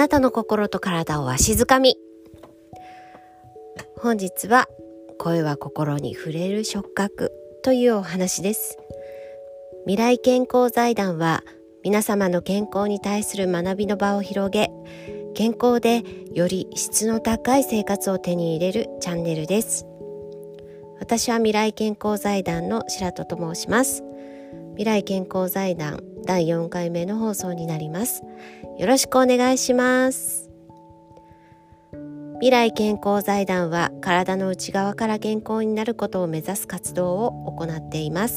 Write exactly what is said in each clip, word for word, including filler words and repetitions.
なたの心と体をわしづかみ。本日は声は心に触れる触覚というお話です。未来健康財団は皆様の健康に対する学びの場を広げ、健康でより質の高い生活を手に入れるチャンネルです。私は未来健康財団の白戸と申します。未来健康財団だいよんかいめの放送になります。よろしくお願いします。未来健康財団は体の内側から健康になることを目指す活動を行っています。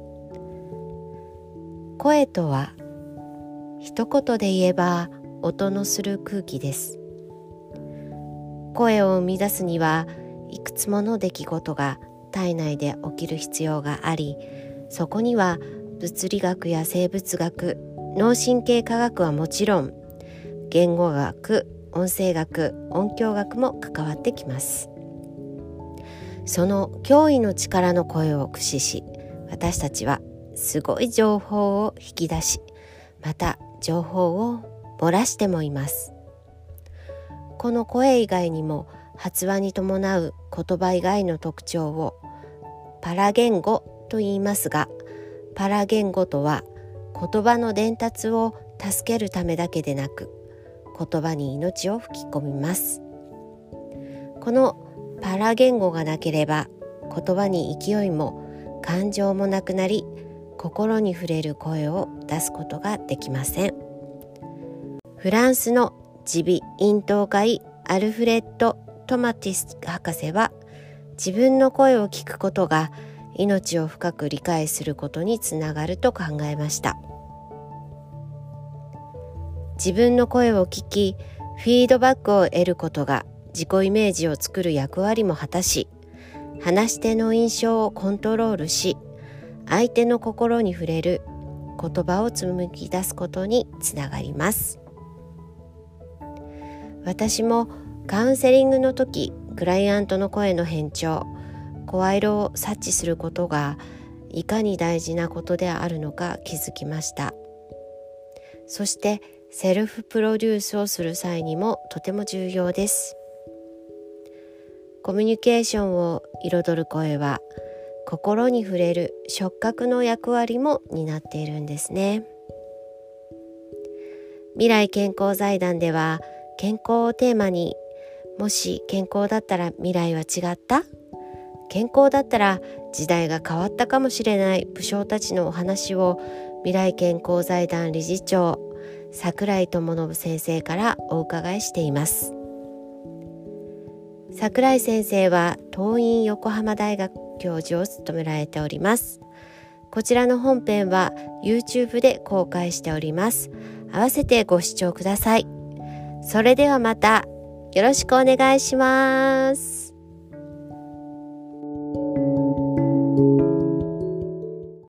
声とは一言で言えば音のする空気です。声を生み出すにはいくつもの出来事が体内で起きる必要があり、そこには物理学や生物学、脳神経科学はもちろん、言語学、音声学、音響学も関わってきます。その驚異の力の声を駆使し、私たちはすごい情報を引き出し、また情報を漏らしてもいます。この声以外にも発話に伴う言葉以外の特徴をパラ言語と言いますが、パラ言語とは言葉の伝達を助けるためだけでなく、言葉に命を吹き込みます。このパラ言語がなければ言葉に勢いも感情もなくなり、心に触れる声を出すことができません。フランスの耳鼻咽頭科医アルフレッド・トマティス博士は、自分の声を聞くことが命を深く理解することにつながると考えました。自分の声を聞き、フィードバックを得ることが自己イメージを作る役割も果たし、話し手の印象をコントロールし、相手の心に触れる言葉を紡ぎ出すことにつながります。私もカウンセリングの時、クライアントの声の変調、声色を察知することがいかに大事なことであるのか気づきました。そしてセルフプロデュースをする際にもとても重要です。コミュニケーションを彩る声は心に触れる触覚の役割も担っているんですね。未来健康財団では健康をテーマに、もし健康だったら未来は違った？健康だったら時代が変わったかもしれない武将たちのお話を未来健康財団理事長櫻井智信先生からお伺いしています。櫻井先生は桐蔭横浜大学教授を務められております。こちらの本編は YouTube で公開しております。合わせてご視聴ください。それではまたよろしくお願いします。